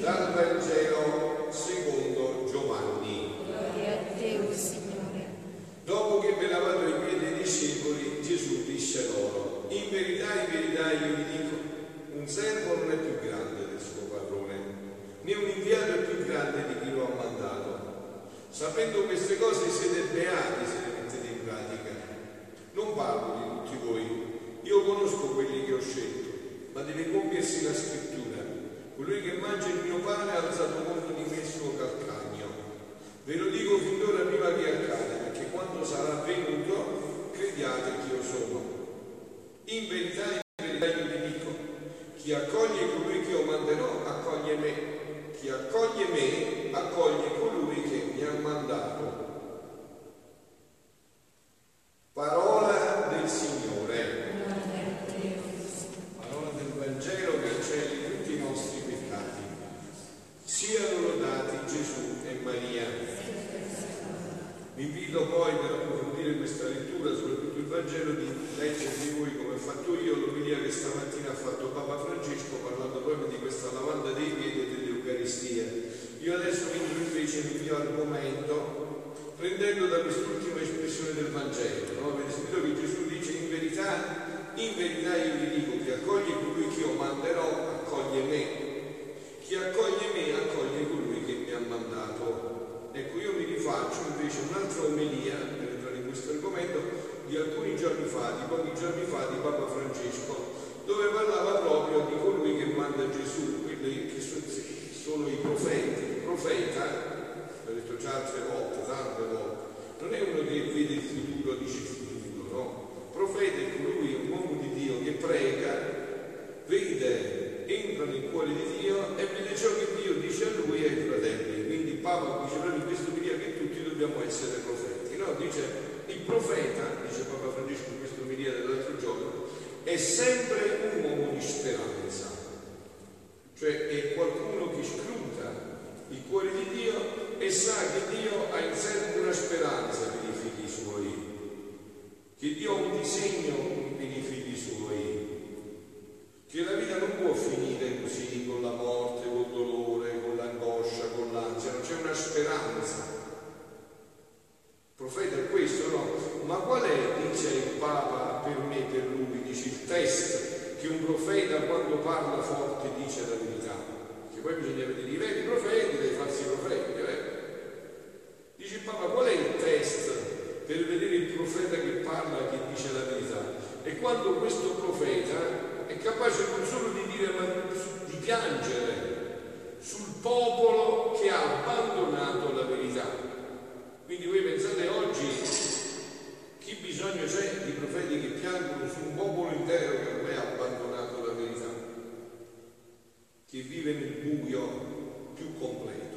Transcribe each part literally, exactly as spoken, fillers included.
Dal Vangelo secondo Giovanni. Gloria a te, o Signore. Dopo che belavano i piedi ai discepoli, Gesù disse loro: in verità, in verità io vi dico, un servo non è più grande del suo padrone, né un inviato è più grande di chi lo ha mandato. Sapendo queste cose siete beati se le mettete in pratica. Non parlo di tutti voi, io conosco quelli che ho scelto, ma deve compiersi la scrittura: colui che mangia il mio pane ha alzato contro di me il suo calcagno. Ve lo dico fin d'ora prima che accada, perché quando sarà venuto crediate che io sono. In verità, in verità io vi dico, chi accoglie colui che io manderò accoglie me, chi accoglie me accoglie colui che mi ha mandato. Parola del Signore. Parola del Vangelo che cancelli tutti i nostri peccati. Siano lodati Gesù e Maria. Vi invito poi, per approfondire questa lettura, soprattutto il Vangelo, di leggervi voi, come ho fatto io, l'omelia che stamattina ha fatto Papa Francesco, parlando proprio di questa lavanda dei piedi e dell'Eucaristia. Io adesso entro invece nel mio argomento, prendendo da quest'ultima espressione del Vangelo, no? Avete sentito che Gesù dice: in verità, in verità io vi dico, chi accoglie colui che io manderò accoglie me, chi accoglie me accoglie colui che mi ha mandato. Ecco, io mi rifaccio invece un'altra omelia, per entrare in questo argomento, di alcuni giorni fa, di pochi giorni fa, di Papa Francesco, dove parlava proprio di colui che manda Gesù, quelli che sono i profeti. Il profeta, l'ho detto già altre volte, tante volte, non è uno che vede il futuro, dice il futuro, no? Il profeta è colui, un uomo di Dio che prega, vede, entra nel cuore di Dio e vede ciò che Dio dice a lui e ai fratelli. Quindi Papa dice proprio in questo video che tutti dobbiamo essere profeti, no? Dice il profeta, dice Papa Francesco in questo video dell'altro giorno, è sempre un uomo di speranza, cioè è qualcuno che scruta il cuore di Dio e sa che Dio ha in sé una speranza per i figli suoi, che Dio ha un disegno per i figli suoi, che la vita non può finire così, con la morte, col dolore, con l'angoscia, con l'ansia, non c'è una speranza. Il profeta è questo, no? Ma qual è, dice il Papa, per me, per lui, dice il test, che un profeta quando parla forte dice la verità? Che poi bisogna vedere i veri profeti dai falsi profeti, eh? Dice il Papa, qual è il test per vedere il profeta che parla, che dice la verità? E quando questo profeta è capace non solo di dire, ma di piangere sul popolo che ha abbandonato la verità. Quindi voi pensate oggi chi bisogno c'è di profeti che piangono su un popolo intero che ormai ha abbandonato la verità, che vive nel buio più completo.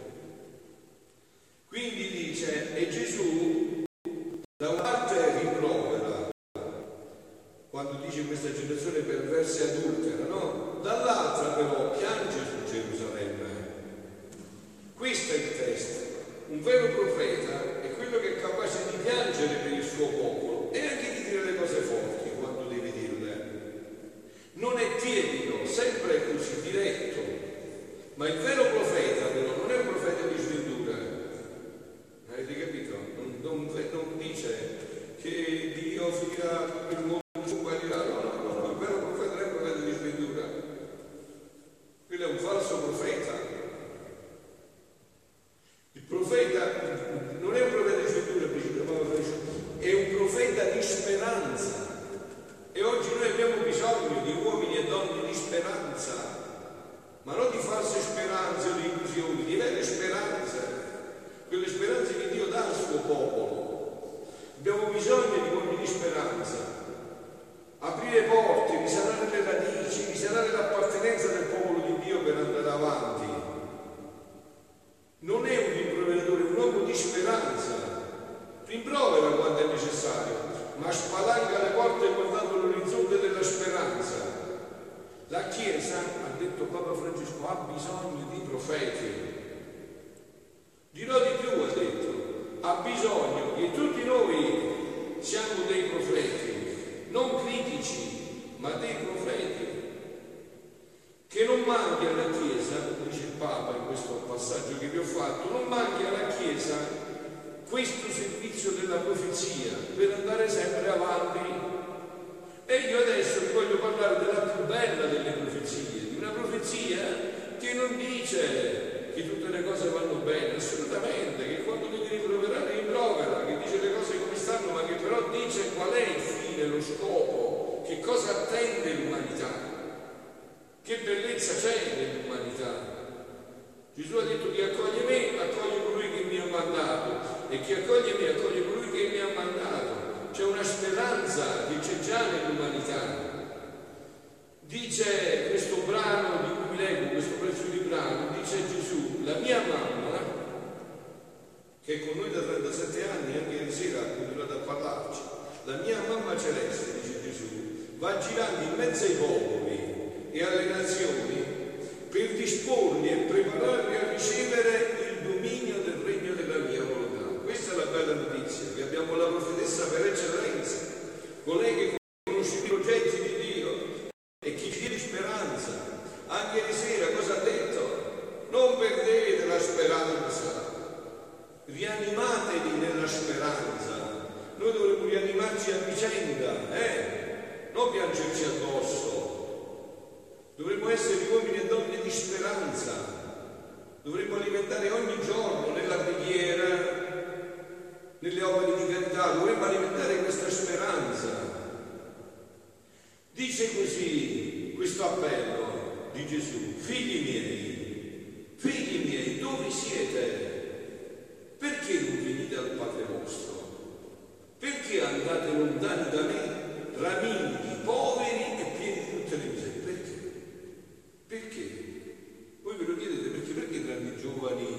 Quindi dice, e Gesù da una parte rimprovera quando dice questa generazione perversa e adultera, no? Dall'altra però piange su Gerusalemme. Questo è il test. Un vero profeta è quello che è capace di piangere per il suo popolo e anche di dire le cose forti quando deve dirle. Non è tiepido, sempre è così diretto, ma il vero profeta però non è un profeta di sventura. Avete capito? Non, non, non dice che Dio finirà tutto il mondo su guarirà, no, no, no, no, il vero profeta non è un profeta di sventura, quello è un falso profeta. Il profeta non è un profeta di sventura, è un profeta di speranza. E oggi noi abbiamo bisogno di uomini e donne di speranza, ma non di false speranze o di illusioni, di vere speranze, quelle speranze che Dio dà al suo popolo. Abbiamo bisogno di uomini di speranza. Aprire porte, risanare le radici, risanare l'appartenenza del popolo di Dio per andare avanti. Non è un rimproveratore, è un uomo di speranza. Rimprovera quando è necessario, ma spalanca le porte guardando l'orizzonte della speranza. La Chiesa, ha detto Papa Francesco, ha bisogno di profeti. Dirò di più, ha detto, ha bisogno che tutti noi siamo dei profeti, non critici, ma dei profeti. Che non manchi alla Chiesa, dice il Papa in questo passaggio che vi ho fatto, non manchi alla Chiesa questo servizio della profezia per andare sempre avanti. E io adesso vi voglio parlare della più bella delle profezie, di una profezia che non dice che tutte le cose vanno bene, assolutamente, che quando devi rimproverare rimprovera, che dice le cose come stanno, ma che però dice qual è il fine, lo scopo, che cosa attende l'umanità, che bellezza c'è nell'umanità. Gesù ha detto: chi accoglie me accoglie colui che mi ha mandato, e chi accoglie me accoglie colui che mi ha mandato. C'è una speranza che c'è già nell'umanità. Dice questo brano di cui vi leggo, questo pezzo di brano, dice Gesù: la mia mamma, che è con noi da trentasette anni, anche ieri sera ha continuato a parlarci, la mia mamma celeste, dice Gesù, va girando in mezzo ai popoli e alle nazioni per disporli e prepararli a ricevere il dominio del regno della mia volontà. Questa è la bella notizia, che abbiamo la profetessa per eccellenza, colei che conosce i progetti di Dio e chi ci dia speranza. Anche ieri sera cosa ha detto? Non perdete la speranza, rianimatevi nella speranza. Noi dovremmo rianimarci a vicenda, eh? Non piangerci addosso. Dovremmo essere uomini e donne di speranza, dovremmo alimentare ogni giorno nella preghiera, nelle opere di carità, dovremmo alimentare questa speranza. Dice così questo appello di Gesù: figli miei, figli miei, dove siete? Perché non venite al Padre vostro? Perché andate lontani da me, raminghi, poveri e pieni di tutte le miserie? Perché? Perché? Voi ve lo chiedete perché? Perché tanti giovani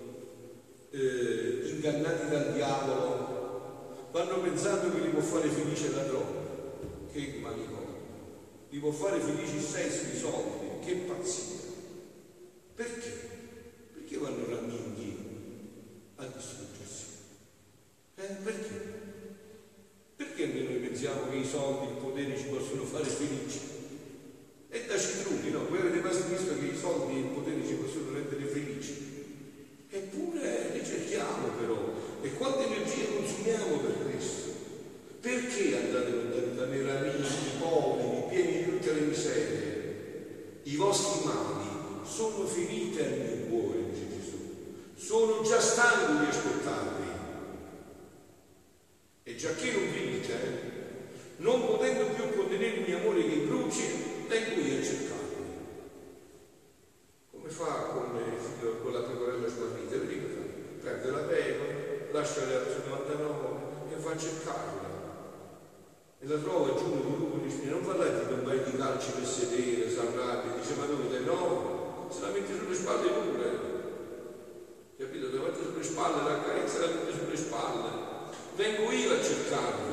eh, ingannati dal diavolo vanno pensando che li può fare felice la droga? Che manicomio! Li può fare felici il sesso, i soldi? Che pazzia! Perché? Perché vanno raminghi a distruggersi? Eh? Perché? Perché noi pensiamo che i soldi, il potere ci possono fare felici? E da citruni, no? Voi avete mai visto che i soldi e il potere ci possono rendere felici? Eppure li cerchiamo però. E quante energie consumiamo per questo? Perché andate lontani da me, raminghi, poveri, pieni di tutte le miserie? I vostri mali sono ferite al mio cuore, dice Gesù. Sono già stanco di aspettarvi. E giacché non venite, non potendo più contenere il mio amore che bruci, vengo io a cercarvi. Come fa con, con la pecorella smarrita? Prende la pecora, lascia le altre novantanove e va a cercarla. E la trova giù di lupo, dice: non parlate di un paio di calci per sedere, s'arrabbia, dice: ma dove? No, se la mette sulle spalle pure. Capito? La mette sulle spalle, la carezza la mette sulle spalle. Vengo io a cercarvi.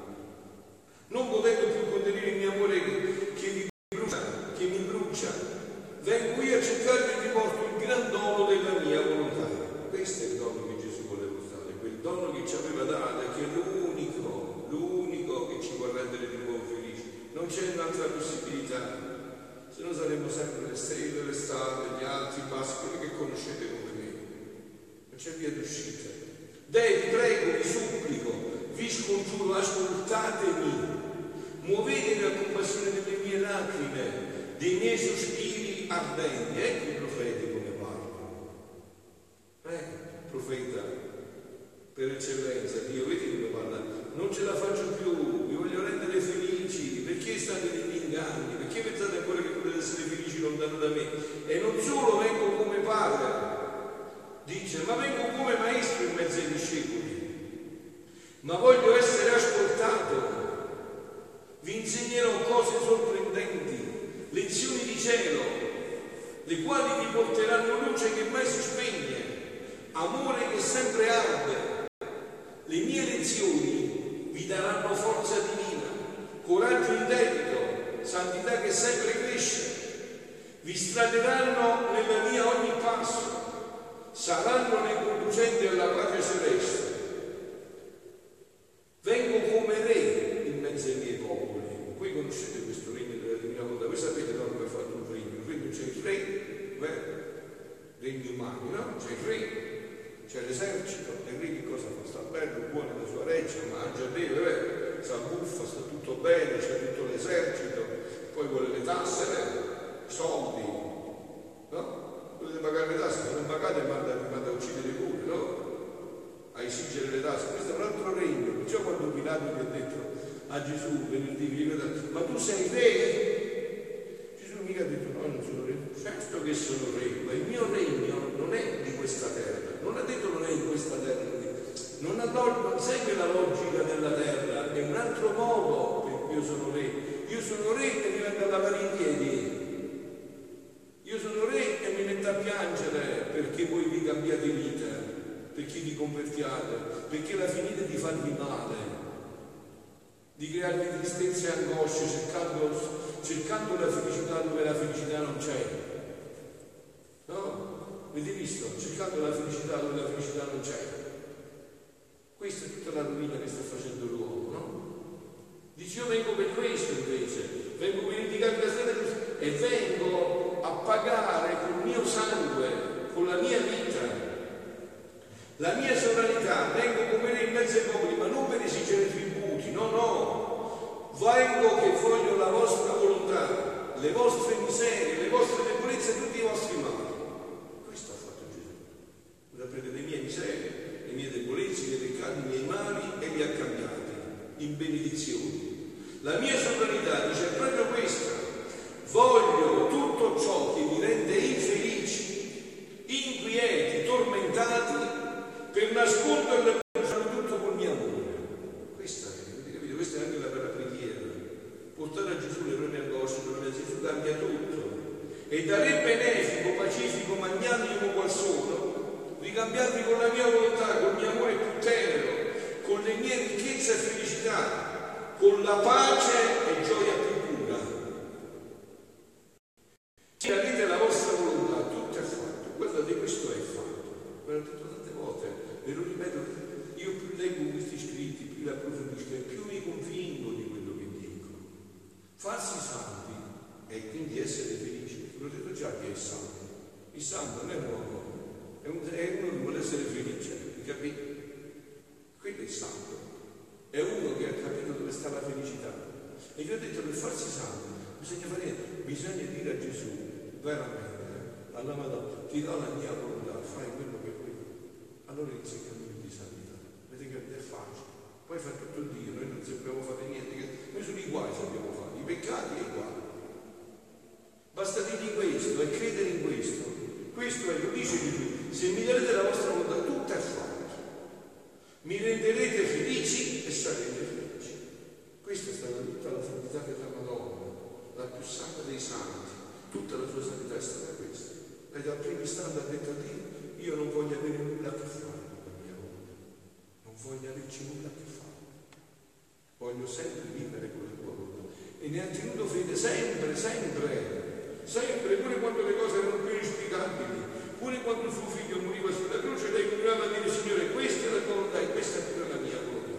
Non potendo più contenere il mio amore che, che vi brucia, che mi brucia, vengo io a cercarvi e vi porto il gran dono della mia volontà. Questo è il dono che Gesù voleva dare, quel dono che ci aveva dato, che è l'unico, l'unico che ci può rendere di nuovo felici. Non c'è un'altra possibilità, se no saremmo sempre le stelle, le star, gli altri bassi, quelli che conoscete come me. Non c'è via d'uscita. Dei, vi prego, vi supplico, vi scongiuro, ascoltatemi. Muovetevi a compassione delle mie lacrime, dei miei sospiri ardenti. Ecco i profeti come parlano. Ecco il profeta per eccellenza, Dio, vedi come parla. Non ce la faccio più, vi voglio rendere felici. Perché state negli inganni? Perché pensate ancora che potete essere felici lontano da me? E non solo vengo come padre, dice, ma vengo come maestro in mezzo ai discepoli, ma voglio essere ascoltato. Vi insegnerò cose sorprendenti, lezioni di cielo, le quali vi porteranno luce che mai si spegne, amore che sempre arde. Le mie lezioni vi daranno forza divina, coraggio intento, santità che sempre cresce. Vi straderanno nella mia ogni passo, saranno le conducenti alla patria celeste. Vengo come re in mezzo ai miei popoli. Voi conoscete questo regno della divina volontà, voi sapete no, come è fatto un regno. Il regno c'è il re, beh, regni umani, no? C'è il re, c'è l'esercito, e il re che cosa fa? Sta bello, buono la sua reggia, mangia, beve, beh, sta buffa, sta tutto bene, c'è tutto l'esercito, poi vuole le tasse, i soldi, no? Volete pagare le tasse, se non pagate manda, manda a uccidere pure, no? A esigere le tasse. Questo è un altro regno. Perciò quando Pilato gli ha detto a Gesù, venerdì, ma tu sei re? Gesù mica ha detto no, non sono re. Certo che sono re, ma il mio regno non è di questa terra. Non ha detto non è in questa terra. Non, ha, non segue la logica della terra, è un altro modo per cui io sono re. Io sono re e mi vengo a lavare i piedi. Io sono re e mi metto a piangere perché voi vi cambiate vita, perché vi convertiate, perché la finite di farvi male, di crearvi tristezza e angosce, cercando, cercando la felicità dove la felicità non c'è. No? Avete visto? Cercando la felicità dove la felicità non c'è. Questa è tutta la rovina che sta facendo l'uomo, no? Dice io vengo per questo invece, vengo per indicare la strada e vengo a pagare col mio sangue, con la mia vita, la mia sovranità. Vengo come re in mezzo ai popoli, ma non per esigere tributi, no, no. Vengo che voglio la vostra volontà, le vostre miserie, le vostre debolezze, tutti i vostri mali. Questo ha fatto Gesù. Voi sapete le mie miserie, le mie debolezze, i miei peccati, i miei mali, e li ha cambiati in benedizioni. La mia sovranità dice proprio questa: voglio tutto ciò che vi rende infelici, inquieti, tormentati, per nasconderlo e per fare tutto col mio amore. Questa è, capito? Questa è anche la vera preghiera. Portare a Gesù le proprie angosce, le proprie Gesù cambia tutto. E da re benefico, pacifico, magnanimo qual sono, ricambiarvi con la mia volontà, col mio amore più tenero, con le mie ricchezze e felicità, con la pace e gioia più pura. Se avete la vostra volontà, tutto è fatto. Guardate, questo è fatto. Ve l'ho detto tante volte, ve lo ripeto, io più leggo questi scritti, più li approfondisco e più mi convinco di quello che dicono. Farsi santi e quindi essere felici. Ve l'ho detto già che è santo. Il santo non è un uomo, è, un, è uno che vuole essere felice, capite? Quello è il santo. È uno che ha capito dove sta la felicità. E vi ho detto, per farsi santi bisogna fare, bisogna dire a Gesù veramente, alla Madonna, ti do la mia volontà, fai quello che vuoi. Allora inizia il cammino di santità. Vedete che è facile. Poi fa tutto Dio, noi non sappiamo fare niente, noi solo i guai sappiamo fare, i peccati e i guai. Basta dirgli questo e credere in questo. Questo è, lo dice Gesù, se mi darete la vostra volontà, tutto è fatto. Mi renderete felici e sarete felici. Questa è stata tutta la santità della Madonna, la più santa dei santi. Tutta la sua santità è stata questa. E dal primo istante ha detto a Dio, io non voglio avere nulla a che fare con la mia volontà, non voglio averci nulla a che fare, voglio sempre vivere con la tua volontà. E ne ha tenuto fede sempre, sempre, sempre, pure quando le cose erano più inspiegabili, pure quando suo figlio moriva sulla croce, lei continuava a dire, Signore, questa è la tua volontà e questa è pure la mia volontà.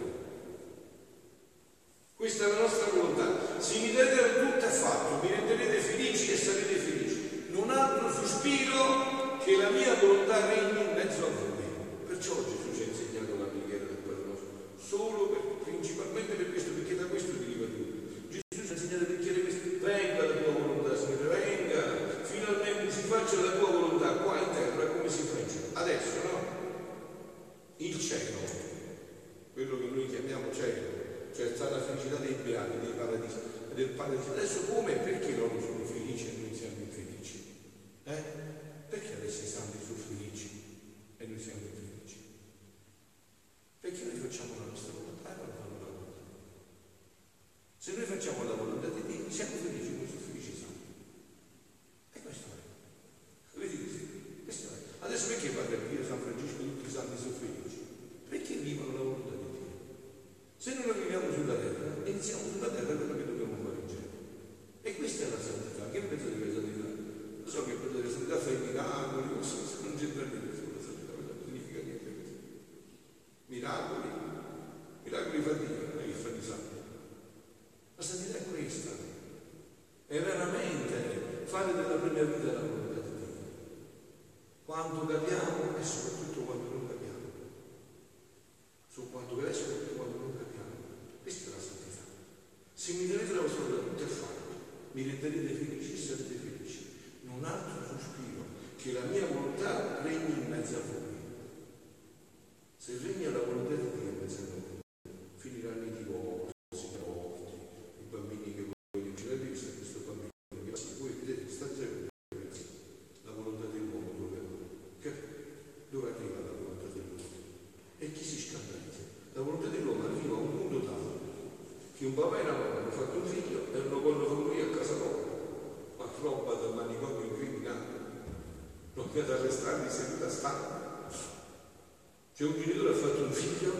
Questa è la nostra volontà. Se mi date tutto è fatto, mi renderete felici e sarete felici. Non altro sospiro che la mia volontà regni in mezzo a voi. Perciò Gesù ci ha insegnato la preghiera del Padre nostro. Solo per, principalmente per questo, perché da questo deriva tutto. Gesù ci ha insegnato a preghiere questo. Venga la tua volontà, Signore, venga. Finalmente si faccia la tua volontà qua in terra come si fa in cielo. Adesso, no? Il cielo, quello che noi chiamiamo cielo, cioè sta la felicità dei beati, dei paradisi, del paradiso. Adesso come e perché loro sono felici e noi siamo infelici? Eh? Perché adesso i santi sono felici e noi siamo infelici? Perché noi facciamo la nostra volontà e loro fanno la volontà. Se noi facciamo la volontà di Dio, siamo felici, noi siamo felici santi. E questo è. Vedi così? Questo è. Adesso perché Padre Pio, San Francesco, tutti i santi sono felici? Perché vivono la volontà di Dio. Se noi lo viviamo sulla terra, iniziamo sulla terra quello che dobbiamo fare in cielo. E questa è la santità. Che pensate che è la santità? Lo so che pensate che la santità fa i miracoli, non so, non c'entra niente sulla santità, non significa niente questo. Miracoli, miracoli fa Dio, non è che fa di santi. La santità è questa. È veramente fare della propria vita la volontà di Dio. quando capiamo e soprattutto quando non capiamo. Su quando capiamo e soprattutto quando non capiamo. Questa è la santità. Se mi darete la vostra vita tutti a fare, mi renderete felici e sarete felici. Non altro sospiro che la mia volontà regni in mezzo a voi. Se regna la volontà di Dio in mezzo a noi, finiranno i divorzi, i aborti, i bambini che vogliono uccidere, visto questo bambino che sì, voi vedete, sta zero la volontà dell'uomo dove, che, dove arriva la volontà dell'uomo? E chi si scandalizza? La volontà dell'uomo arriva a un punto tale che un papà e una mamma hanno fatto un figlio e non vogliono morire a casa loro, ma roba dal manicomio criminale, non è da arrestare di seduta stampa. Cioè un genitore ha fatto un figlio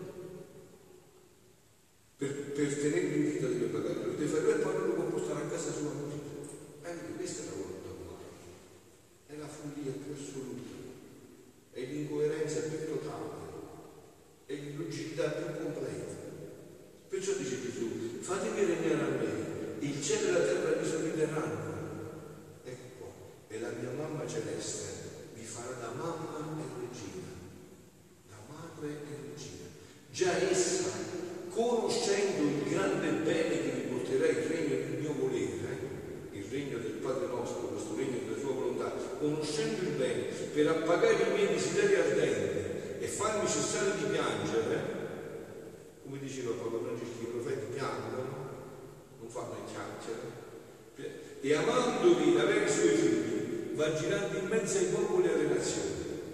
per, per tenerlo in vita deve pagare, lo deve fare e poi non lo può portare a casa sua moglie. Anche questa è la volontà umana, è la follia più assoluta, è l'incoerenza più totale, è l'illuginità più completa. Perciò dice Gesù, fatemi regnare a me, il cielo e la terra mi sorrideranno. Ecco qua, e la mia mamma celeste vi farà da mamma e regina. E regina. Già essa, conoscendo il grande bene che vi porterà il regno del mio volere, il regno del Padre nostro, questo regno della sua volontà, conoscendo il bene per appagare i miei desideri ardenti e farmi cessare di piangere, come diceva Papa Francesco, i profeti piangono, non fanno il chiacchiere, e amandovi da avere i suoi figli, va girando in mezzo ai popoli e alle nazioni.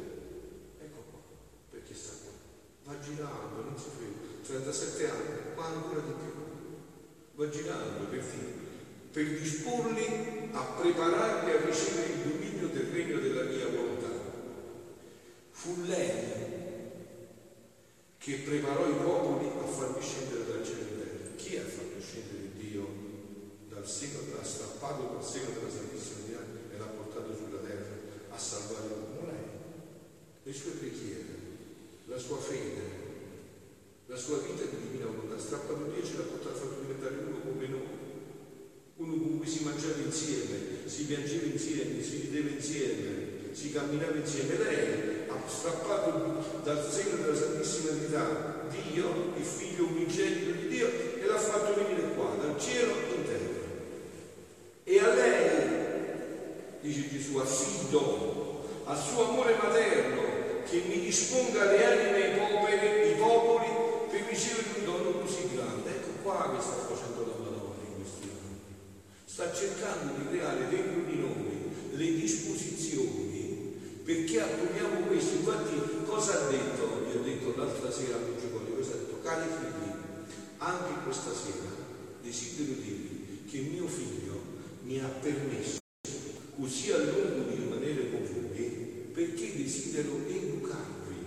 Va girando, non si ferma, trentasette anni, ma ancora di più. Va girando per, per disporli a prepararli a ricevere il dominio del regno della mia volontà. Fu lei che preparò i popoli a farli scendere dal cielo in terra. Chi ha fatto scendere Dio dal seno, l'ha strappato dal seno della Santissima Trinità e l'ha portato sulla terra a salvare l'uomo? Lei. Le sue preghiere, la sua fede, la sua vita di divina volontà, strappato Dio ce l'ha portato a farlo diventare uno come noi, uno con cui si mangiava insieme, si piangeva insieme, si rideva insieme, si camminava insieme. Lei ha strappato dal seno della Santissima Trinità Dio, il figlio unigenito di Dio, e l'ha fatto venire qua, dal cielo in terra. E a lei, dice Gesù, affido al suo amore materno, che mi disponga le anime e i popoli, i popoli per ricevere un dono così grande. Ecco qua che sta facendo la Madonna in questi anni. Sta cercando di creare dentro di noi le disposizioni perché attuiamo questo. Infatti cosa ha detto? Vi ho detto l'altra sera a Lucio, cosa ha detto? Cari figli, anche questa sera desidero dirvi che mio figlio mi ha permesso così a lungo di rimanere con voi perché desidero educarvi.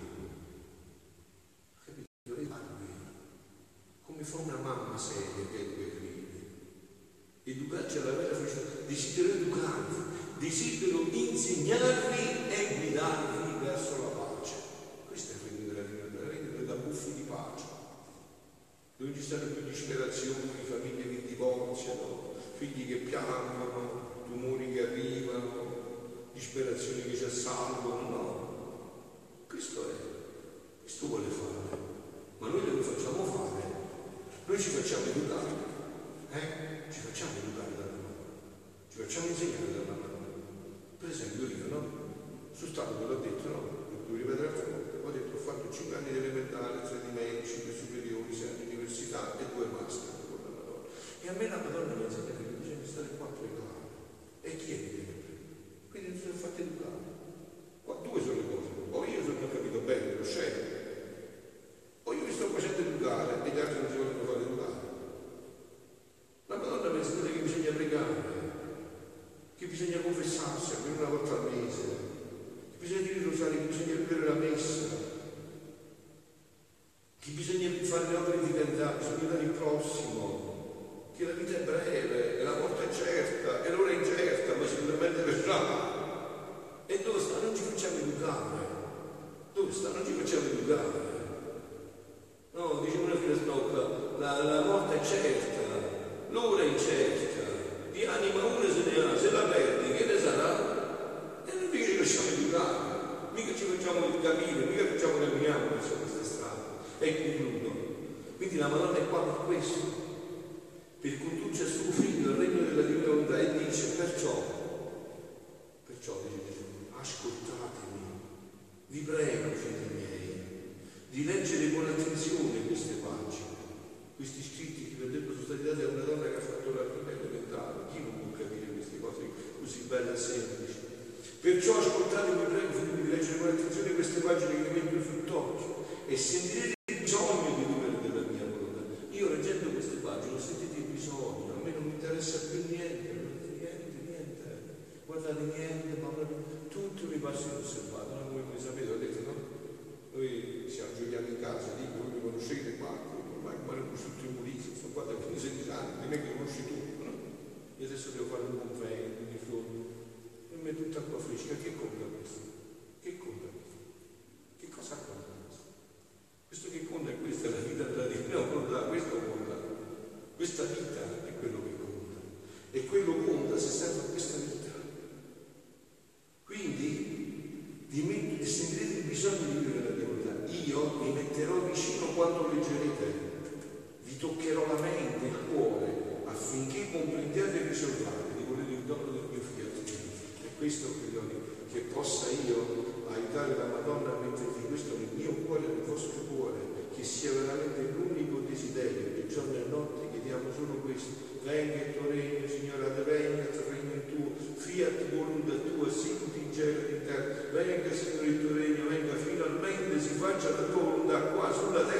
Capito? Educarvi. Come fa una mamma seria che educa i figli. Educarci alla vera felicità. Desidero educarvi, desidero insegnarvi e guidarvi verso la pace. Questo è il regno della vita, il regno della buffi di pace. Dove ci stanno più disperazioni, famiglie che divorziano, figli che piangono, tumori che arrivano, disperazioni che ci assalgono. No, questo è, questo vuole fare, ma noi lo facciamo fare, noi ci facciamo educare, eh? ci facciamo educare dalla mamma, ci facciamo insegnare dalla mamma. Per esempio io, no? Sono stato, ve l'ho detto, no? Devo ripetere altre volte, ho detto, ho fatto cinque anni di elementare, tre di medie, cinque superiori, sei anni di università e due master con la Madonna. E a me la Madonna mi ha insegnato che bisogna stare qua a pregare. E chi è che quindi non si sono fatti educare. Qua due sono le cose. O io sono capito bene, lo scelgo, o io mi sto facendo educare e gli altri non si vogliono fare educare. La Madonna mi ha insegnato che bisogna pregare, che bisogna confessarsi almeno una volta al mese, che bisogna dire il rosario, che bisogna vivere la messa, che bisogna fare le opere di carità, bisogna dare il prossimo, che la vita è breve, e la morte è certa, e l'ora è incerta, ma sicuramente verrà. E dove sta? Non ci facciamo educare. Dove sta? Non ci facciamo educare. No, dice una filastrocca, la, la morte è certa, l'ora è incerta, di anima una se ne ha, se la perdi, che ne sarà? E non ci facciamo educare. Quindi la Madonna è qua per questo, per condurci a suo figlio al regno della divina volontà, e dice perciò, perciò dice Gesù, ascoltatemi, vi prego, figli miei, di leggere con attenzione queste pagine, questi scritti che vi ho detto sono stati dati a una donna che ha fatto l'archivio elementare. Chi non può capire queste cose così belle e semplici? Perciò ascoltatemi, vi prego, figli, di leggere con attenzione queste pagine che vi metto sott'occhio e sentirete il bisogno di vivere della mia volontà. Io leggendo queste pagine ho sentito il bisogno, a me non mi interessa più niente, niente, niente, guardate niente, ma tutto mi passa inosservato, no? Come voi sapete, ho detto, no? Noi siamo giochiamo in casa, dico, voi mi conoscete qua, ormai mi hanno conosciuto in Molise, sono qua da quindici anni, non è che conosci tutto, no? Io adesso devo fare un convegno di fronte, e mi metto tutta acqua fresca, che conta questo? Che conta questo? Che cosa conta questo? Questo che conta è questa, è la vita della divina volontà, questo conta, questa vita è quello che conta, e quello conta se serve a questa vita. Quindi di sentirete il bisogno di vivere la mia volontà. Io mi metterò vicino quando leggerete, vi toccherò la mente, il cuore, affinché comprendiate e risolvate di volere il dono del mio figlio. E questo credo che possa io aiutare la Madonna a mettervi questo nel mio cuore e nel vostro cuore, che sia veramente l'unico desiderio, che giorno e notte chiediamo solo questo: venga il tuo regno, Signore, advenga il tuo regno tuo, fiat voluntas tua, sicut in cielo e in terra. Venga, Signore, il tuo regno, venga finalmente, si faccia la tua volontà qua sulla terra